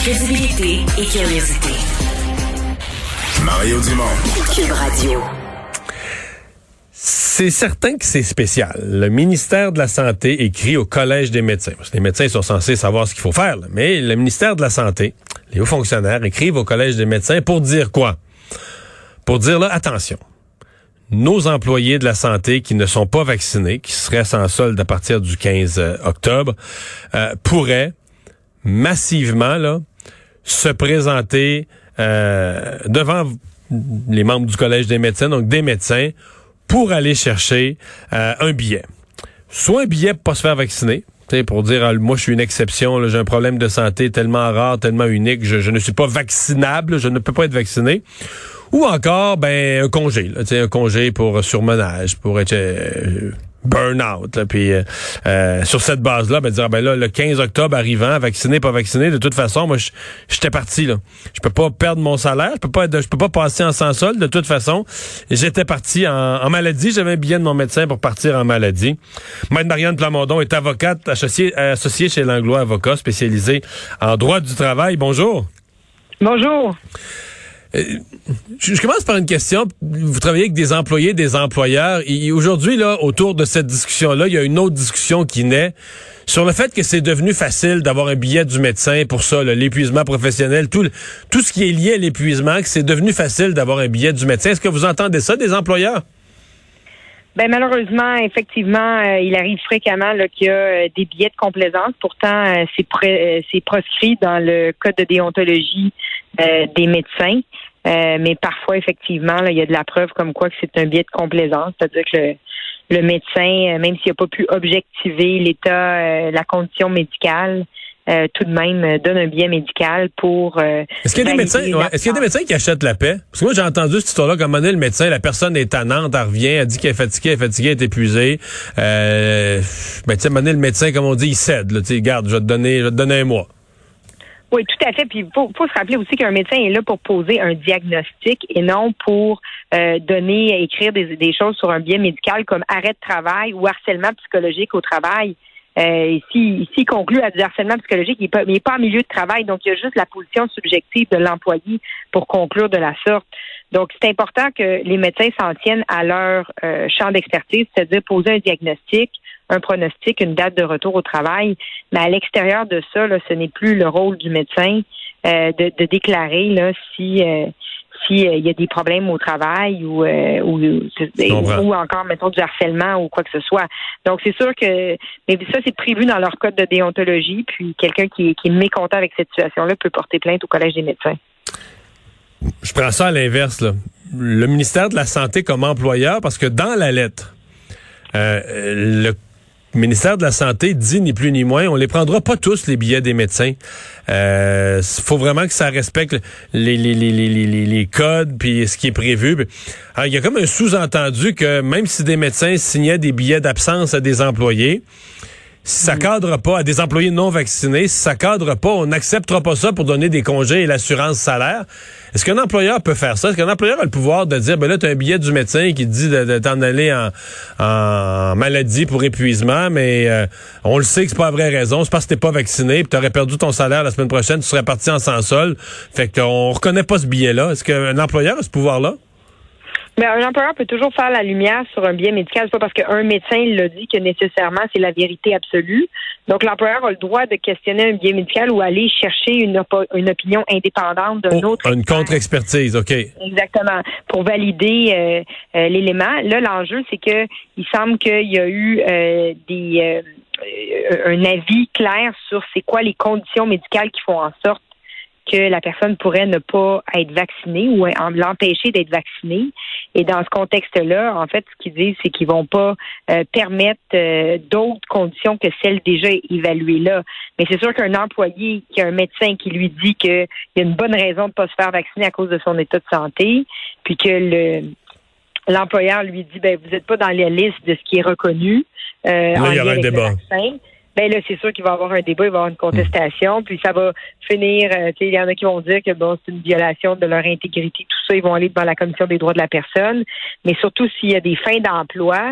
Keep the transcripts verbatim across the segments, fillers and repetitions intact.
Crédibilité et curiosité. Mario Dumont. Cube Radio. C'est certain que c'est spécial. Le ministère de la Santé écrit au Collège des médecins. Parce que les médecins sont censés savoir ce qu'il faut faire, là. Mais le ministère de la Santé, les hauts fonctionnaires écrivent au Collège des médecins pour dire quoi? Pour dire, là, attention, nos employés de la santé qui ne sont pas vaccinés, qui seraient sans solde à partir du quinze octobre, euh, pourraient massivement là, se présenter euh, devant les membres du Collège des médecins, donc des médecins, pour aller chercher euh, un billet. Soit un billet pour pas se faire vacciner, pour dire, ah, moi je suis une exception, là, j'ai un problème de santé tellement rare, tellement unique, je, je ne suis pas vaccinable, je ne peux pas être vacciné. Ou encore, ben un congé, là, un congé pour surmenage, pour être euh, burn-out. Puis euh, euh, sur cette base-là, ben dire, ben là, le quinze octobre arrivant, vacciné, pas vacciné, de toute façon, moi, j'étais parti. Là, je peux pas perdre mon salaire, je peux pas, être, je peux pas passer en sans solde. De toute façon, j'étais parti en, en maladie. J'avais un billet de mon médecin pour partir en maladie. Maître Marianne Plamondon est avocate associée, associée chez Langlois Avocats, spécialisée en droit du travail. Bonjour. Bonjour. Euh, je commence par une question. Vous travaillez avec des employés, des employeurs. Et aujourd'hui, là, autour de cette discussion-là, il y a une autre discussion qui naît sur le fait que c'est devenu facile d'avoir un billet du médecin pour ça, là, l'épuisement professionnel, tout, tout ce qui est lié à l'épuisement, que c'est devenu facile d'avoir un billet du médecin. Est-ce que vous entendez ça des employeurs? Ben malheureusement, effectivement, euh, il arrive fréquemment là, qu'il y a euh, des billets de complaisance. Pourtant, euh, c'est, pré- euh, c'est proscrit dans le code de déontologie euh, des médecins. Euh, mais parfois, effectivement, là, il y a de la preuve comme quoi que c'est un billet de complaisance. C'est-à-dire que le, le médecin, même s'il n'a pas pu objectiver l'état, euh, la condition médicale, Euh, tout de même euh, donne un billet médical pour... Euh, est-ce qu'il y a des médecins ouais, est-ce qu'il y a des médecins qui achètent la paix? Parce que moi, j'ai entendu cette histoire-là, comme donné, le médecin, la personne est tannante, elle revient, elle dit qu'elle est fatiguée, elle est fatiguée, elle est épuisée. Euh, ben, tu sais, donné, le médecin, comme on dit, il cède. Tu sais, garde, je vais te donner, je vais te donner un mois. Oui, tout à fait. Puis il faut, faut se rappeler aussi qu'un médecin est là pour poser un diagnostic et non pour euh, donner, écrire des, des choses sur un billet médical comme arrêt de travail ou harcèlement psychologique au travail. Euh, ici, ici conclut à du harcèlement psychologique, il n'est pas, pas en milieu de travail, donc il y a juste la position subjective de l'employé pour conclure de la sorte. Donc, c'est important que les médecins s'en tiennent à leur euh, champ d'expertise, c'est-à-dire poser un diagnostic, un pronostic, une date de retour au travail. Mais à l'extérieur de ça, là, ce n'est plus le rôle du médecin euh, de, de déclarer là si euh, s'il euh, y a des problèmes au travail ou, euh, ou, ou encore, mettons, du harcèlement ou quoi que ce soit. Donc, c'est sûr que mais ça, c'est prévu dans leur code de déontologie, puis quelqu'un qui, qui est mécontent avec cette situation-là peut porter plainte au Collège des médecins. Je prends ça à l'inverse, là. Le ministère de la Santé comme employeur, parce que dans la lettre, euh, le Le ministère de la Santé dit ni plus ni moins, on les prendra pas tous les billets des médecins. Euh, faut vraiment que ça respecte les les les les les, les codes puis ce qui est prévu. Alors, il y a comme un sous-entendu que même si des médecins signaient des billets d'absence à des employés, si ça cadre pas à des employés non vaccinés, si ça cadre pas, on n'acceptera pas ça pour donner des congés et l'assurance salaire. Est-ce qu'un employeur peut faire ça? Est-ce qu'un employeur a le pouvoir de dire, ben là, tu as un billet du médecin qui te dit de, de t'en aller en, en maladie pour épuisement, mais euh, on le sait que c'est pas la vraie raison, c'est parce que t'es pas vacciné, puis t'aurais perdu ton salaire la semaine prochaine, tu serais parti en sans solde. Fait qu'on reconnaît pas ce billet-là. Est-ce qu'un employeur a ce pouvoir-là? Mais un employeur peut toujours faire la lumière sur un billet médical. C'est pas parce qu'un médecin l'a dit que nécessairement c'est la vérité absolue. Donc l'employeur a le droit de questionner un billet médical ou aller chercher une, op- une opinion indépendante d'un oh, autre. Une expert. Contre-expertise, OK. Exactement. Pour valider euh, euh, l'élément. Là, l'enjeu, c'est que il semble qu'il y a eu euh, des euh, un avis clair sur c'est quoi les conditions médicales qui font en sorte que la personne pourrait ne pas être vaccinée ou en l'empêcher d'être vaccinée. Et dans ce contexte-là, en fait, ce qu'ils disent, c'est qu'ils vont pas euh, permettre euh, d'autres conditions que celles déjà évaluées là. Mais c'est sûr qu'un employé qui a un médecin qui lui dit qu'il y a une bonne raison de ne pas se faire vacciner à cause de son état de santé, puis que le l'employeur lui dit, ben vous n'êtes pas dans la liste de ce qui est reconnu euh, là, en il y aura un débat. Vaccin. Ben là, c'est sûr qu'il va y avoir un débat, il va y avoir une contestation, puis ça va finir, euh, tu sais, il y en a qui vont dire que bon, c'est une violation de leur intégrité, tout ça, ils vont aller devant la Commission des droits de la personne, mais surtout s'il y a des fins d'emploi,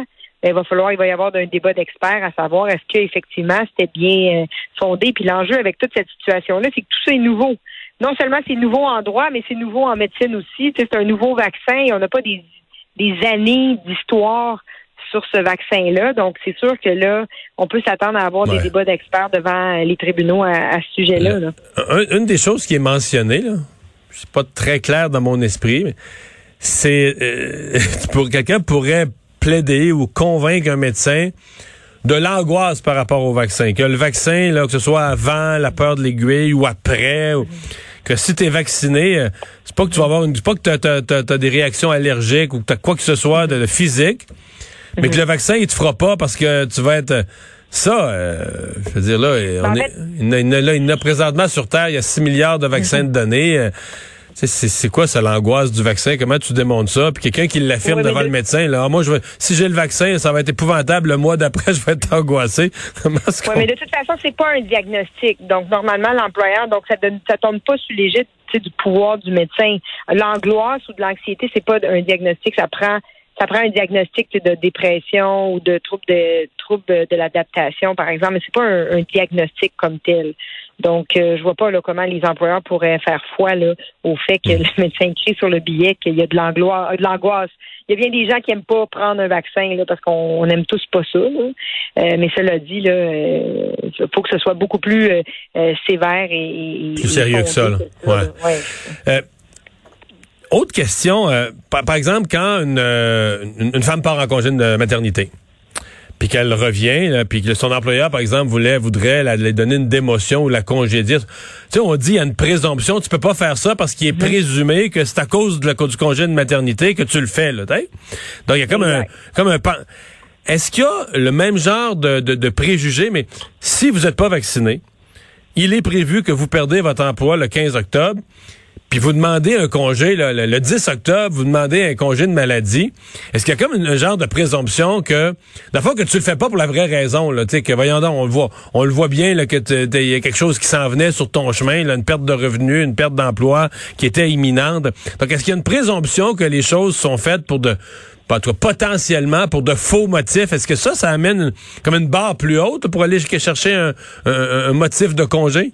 il va falloir, il va y avoir un débat d'experts à savoir est-ce qu'effectivement c'était bien euh, fondé. Puis l'enjeu avec toute cette situation-là, c'est que tout ça est nouveau. Non seulement c'est nouveau en droit, mais c'est nouveau en médecine aussi. Tu sais, c'est un nouveau vaccin et on n'a pas des, des années d'histoire sur ce vaccin-là. Donc, c'est sûr que là, on peut s'attendre à avoir ouais. des débats d'experts devant les tribunaux à, à ce sujet-là. Là. Un, une des choses qui est mentionnée, là, c'est pas très clair dans mon esprit, mais c'est euh, pour quelqu'un pourrait plaider ou convaincre un médecin de l'angoisse par rapport au vaccin. Que le vaccin, là, que ce soit avant la peur de l'aiguille ou après, ou, que si t'es vacciné, euh, c'est pas que tu vas avoir une, c'est pas que t'as, t'as, t'as, t'as des réactions allergiques ou que t'as quoi que ce soit de, de physique, mais que le vaccin, il te fera pas parce que tu vas être... Ça, euh, je veux dire, là, on est, il y a, il y a présentement sur Terre, il y a six milliards de vaccins de données. Euh, c'est, c'est quoi, ça, l'angoisse du vaccin? Comment tu démontres ça? Puis quelqu'un qui l'affirme oui, devant le médecin, là, ah, moi, je vais, si j'ai le vaccin, ça va être épouvantable. Le mois d'après, je vais être angoissé. Oui, mais de toute façon, c'est pas un diagnostic. Donc, normalement, l'employeur, donc, ça donne, ça tombe pas sous l'égide du pouvoir du médecin. L'angoisse ou de l'anxiété, c'est pas un diagnostic. Ça prend Ça prend un diagnostic de dépression ou de troubles de troubles de l'adaptation, par exemple, mais c'est pas un, un diagnostic comme tel. Donc, euh, je vois pas là comment les employeurs pourraient faire foi là au fait que le médecin écrit sur le billet qu'il y a de l'angoisse. De l'angoisse. Il y a bien des gens qui aiment pas prendre un vaccin là parce qu'on on aime tous pas ça. Là. Euh, mais cela dit, là, euh, faut que ce soit beaucoup plus euh, euh, sévère et, et plus sérieux que ça. Là. Que ça ouais. ouais. Euh, Autre question, euh, par, par exemple, quand une, euh, une, une femme part en congé de maternité, puis qu'elle revient, là, puis que son employeur, par exemple, voulait, voudrait la, la donner une démotion ou la congédier. Tu sais, on dit il y a une présomption, tu peux pas faire ça parce qu'il est présumé que c'est à cause de la, du congé de maternité que tu le fais, là, t'sais? Donc il y a comme exact. un, comme un pan. Est-ce qu'il y a le même genre de, de, de préjugés, mais si vous n'êtes pas vacciné, il est prévu que vous perdez votre emploi le quinze octobre. Puis vous demandez un congé, là, le, le dix octobre, vous demandez un congé de maladie. Est-ce qu'il y a comme un genre de présomption que, la fois que tu le fais pas pour la vraie raison, là, tu sais, que voyons donc, on le voit, on le voit bien, là, que il y a quelque chose qui s'en venait sur ton chemin, là, une perte de revenus, une perte d'emploi qui était imminente. Donc, est-ce qu'il y a une présomption que les choses sont faites pour de, pas toi, potentiellement pour de faux motifs? Est-ce que ça, ça amène une, comme une barre plus haute pour aller chercher un, un, un motif de congé?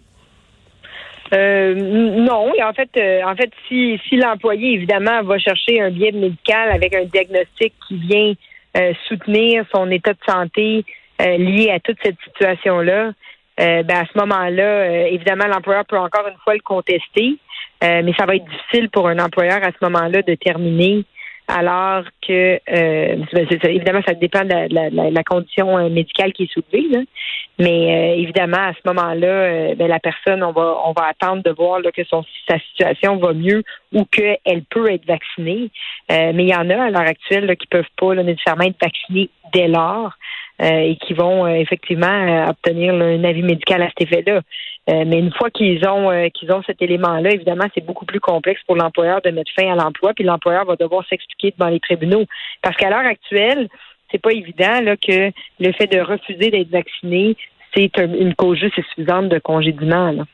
Euh, non, et en fait, euh, en fait, si, si l'employé évidemment va chercher un biais médical avec un diagnostic qui vient euh, soutenir son état de santé euh, lié à toute cette situation-là, euh, ben à ce moment-là, euh, évidemment, l'employeur peut encore une fois le contester, euh, mais ça va être difficile pour un employeur à ce moment-là de terminer. Alors que, euh, c'est ça, évidemment, ça dépend de la, la, la, la condition euh, médicale qui est soulevée, là. Mais euh, évidemment, à ce moment-là, euh, ben, la personne, on va on va attendre de voir là, que son, sa situation va mieux ou qu'elle peut être vaccinée. Euh, mais il y en a à l'heure actuelle là, qui peuvent pas là, nécessairement être vaccinés dès lors euh, et qui vont euh, effectivement euh, obtenir là, un avis médical à cet effet-là. Euh, mais une fois qu'ils ont euh, qu'ils ont cet élément-là, évidemment, c'est beaucoup plus complexe pour l'employeur de mettre fin à l'emploi, puis l'employeur va devoir s'expliquer devant les tribunaux. Parce qu'à l'heure actuelle, c'est pas évident là, que le fait de refuser d'être vacciné, c'est un, une cause juste et suffisante de congédiement. Là.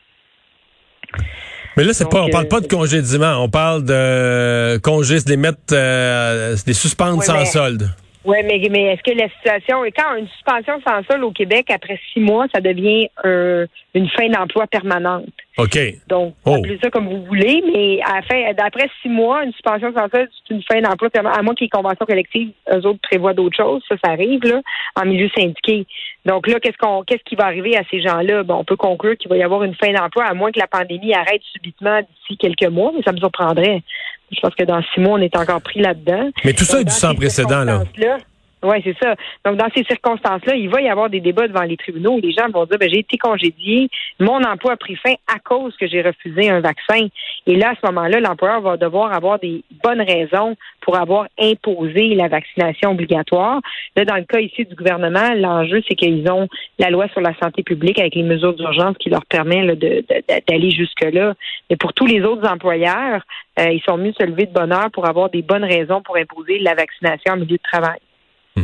Mais là, c'est Donc, pas, on parle euh, pas de congédiement, on parle de congés, des mettre, euh, des suspendre ouais, sans mais, solde. Oui, mais, mais est-ce que la situation, quand une suspension sans solde au Québec, après six mois, ça devient euh, une fin d'emploi permanente? OK. Donc, oh. appelez ça comme vous voulez, mais à fin, d'après six mois, une suspension sans solde, c'est une fin d'emploi permanente. À moins qu'il y ait convention collective, eux autres prévoient d'autres choses. Ça, ça arrive, là, en milieu syndiqué. Donc là, qu'est-ce qu'on, qu'est-ce qui va arriver à ces gens-là? Bon, on peut conclure qu'il va y avoir une fin d'emploi, à moins que la pandémie arrête subitement d'ici quelques mois, mais ça me surprendrait. Je pense que dans six mois, on est encore pris là-dedans. Mais tout ça Donc, est du sans précédent, là. Oui, c'est ça. Donc, dans ces circonstances-là, il va y avoir des débats devant les tribunaux où les gens vont dire, ben, j'ai été congédié, mon emploi a pris fin à cause que j'ai refusé un vaccin. Et là, à ce moment-là, l'employeur va devoir avoir des bonnes raisons pour avoir imposé la vaccination obligatoire. Là, dans le cas ici du gouvernement, l'enjeu, c'est qu'ils ont la loi sur la santé publique avec les mesures d'urgence qui leur permet là, de, de, d'aller jusque-là. Mais pour tous les autres employeurs, euh, ils sont mieux se lever de bonne heure pour avoir des bonnes raisons pour imposer la vaccination en milieu de travail.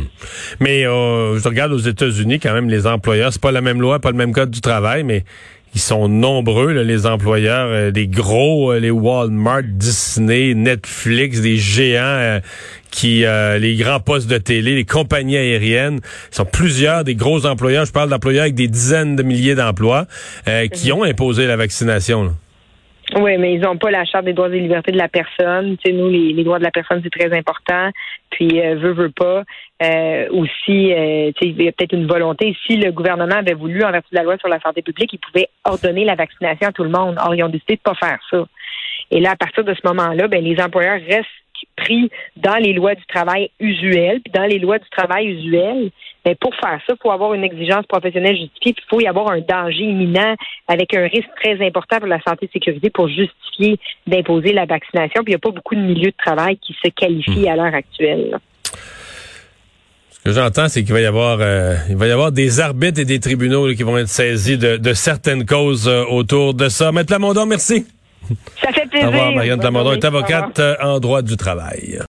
Mais euh, je regarde aux États-Unis, quand même, les employeurs, c'est pas la même loi, pas le même code du travail, mais ils sont nombreux, là, les employeurs, euh, des gros, euh, les Walmart, Disney, Netflix, des géants euh, qui, euh, les grands postes de télé, les compagnies aériennes, ils sont plusieurs des gros employeurs. Je parle d'employeurs avec des dizaines de milliers d'emplois euh, qui ont imposé la vaccination, là. Oui, mais ils n'ont pas la Charte des droits et libertés de la personne. Tu sais, nous, les, les droits de la personne, c'est très important. Puis, euh, veut, veut pas. Euh, aussi, euh, tu sais, il y a peut-être une volonté. Si le gouvernement avait voulu, en vertu de la loi sur la santé publique, il pouvait ordonner la vaccination à tout le monde. Or, ils ont décidé de pas faire ça. Et là, à partir de ce moment-là, ben, les employeurs restent pris dans les lois du travail usuelles. Puis, dans les lois du travail usuelles, mais pour faire ça, il faut avoir une exigence professionnelle justifiée, puis il faut y avoir un danger imminent avec un risque très important pour la santé et la sécurité pour justifier d'imposer la vaccination. Puis il n'y a pas beaucoup de milieux de travail qui se qualifient mmh. à l'heure actuelle, là. Ce que j'entends, c'est qu'il va y avoir euh, il va y avoir des arbitres et des tribunaux là, qui vont être saisis de, de certaines causes euh, autour de ça. Maître Plamondon, merci. Ça fait plaisir. Au revoir. Marianne Plamondon est avocate en droit du travail.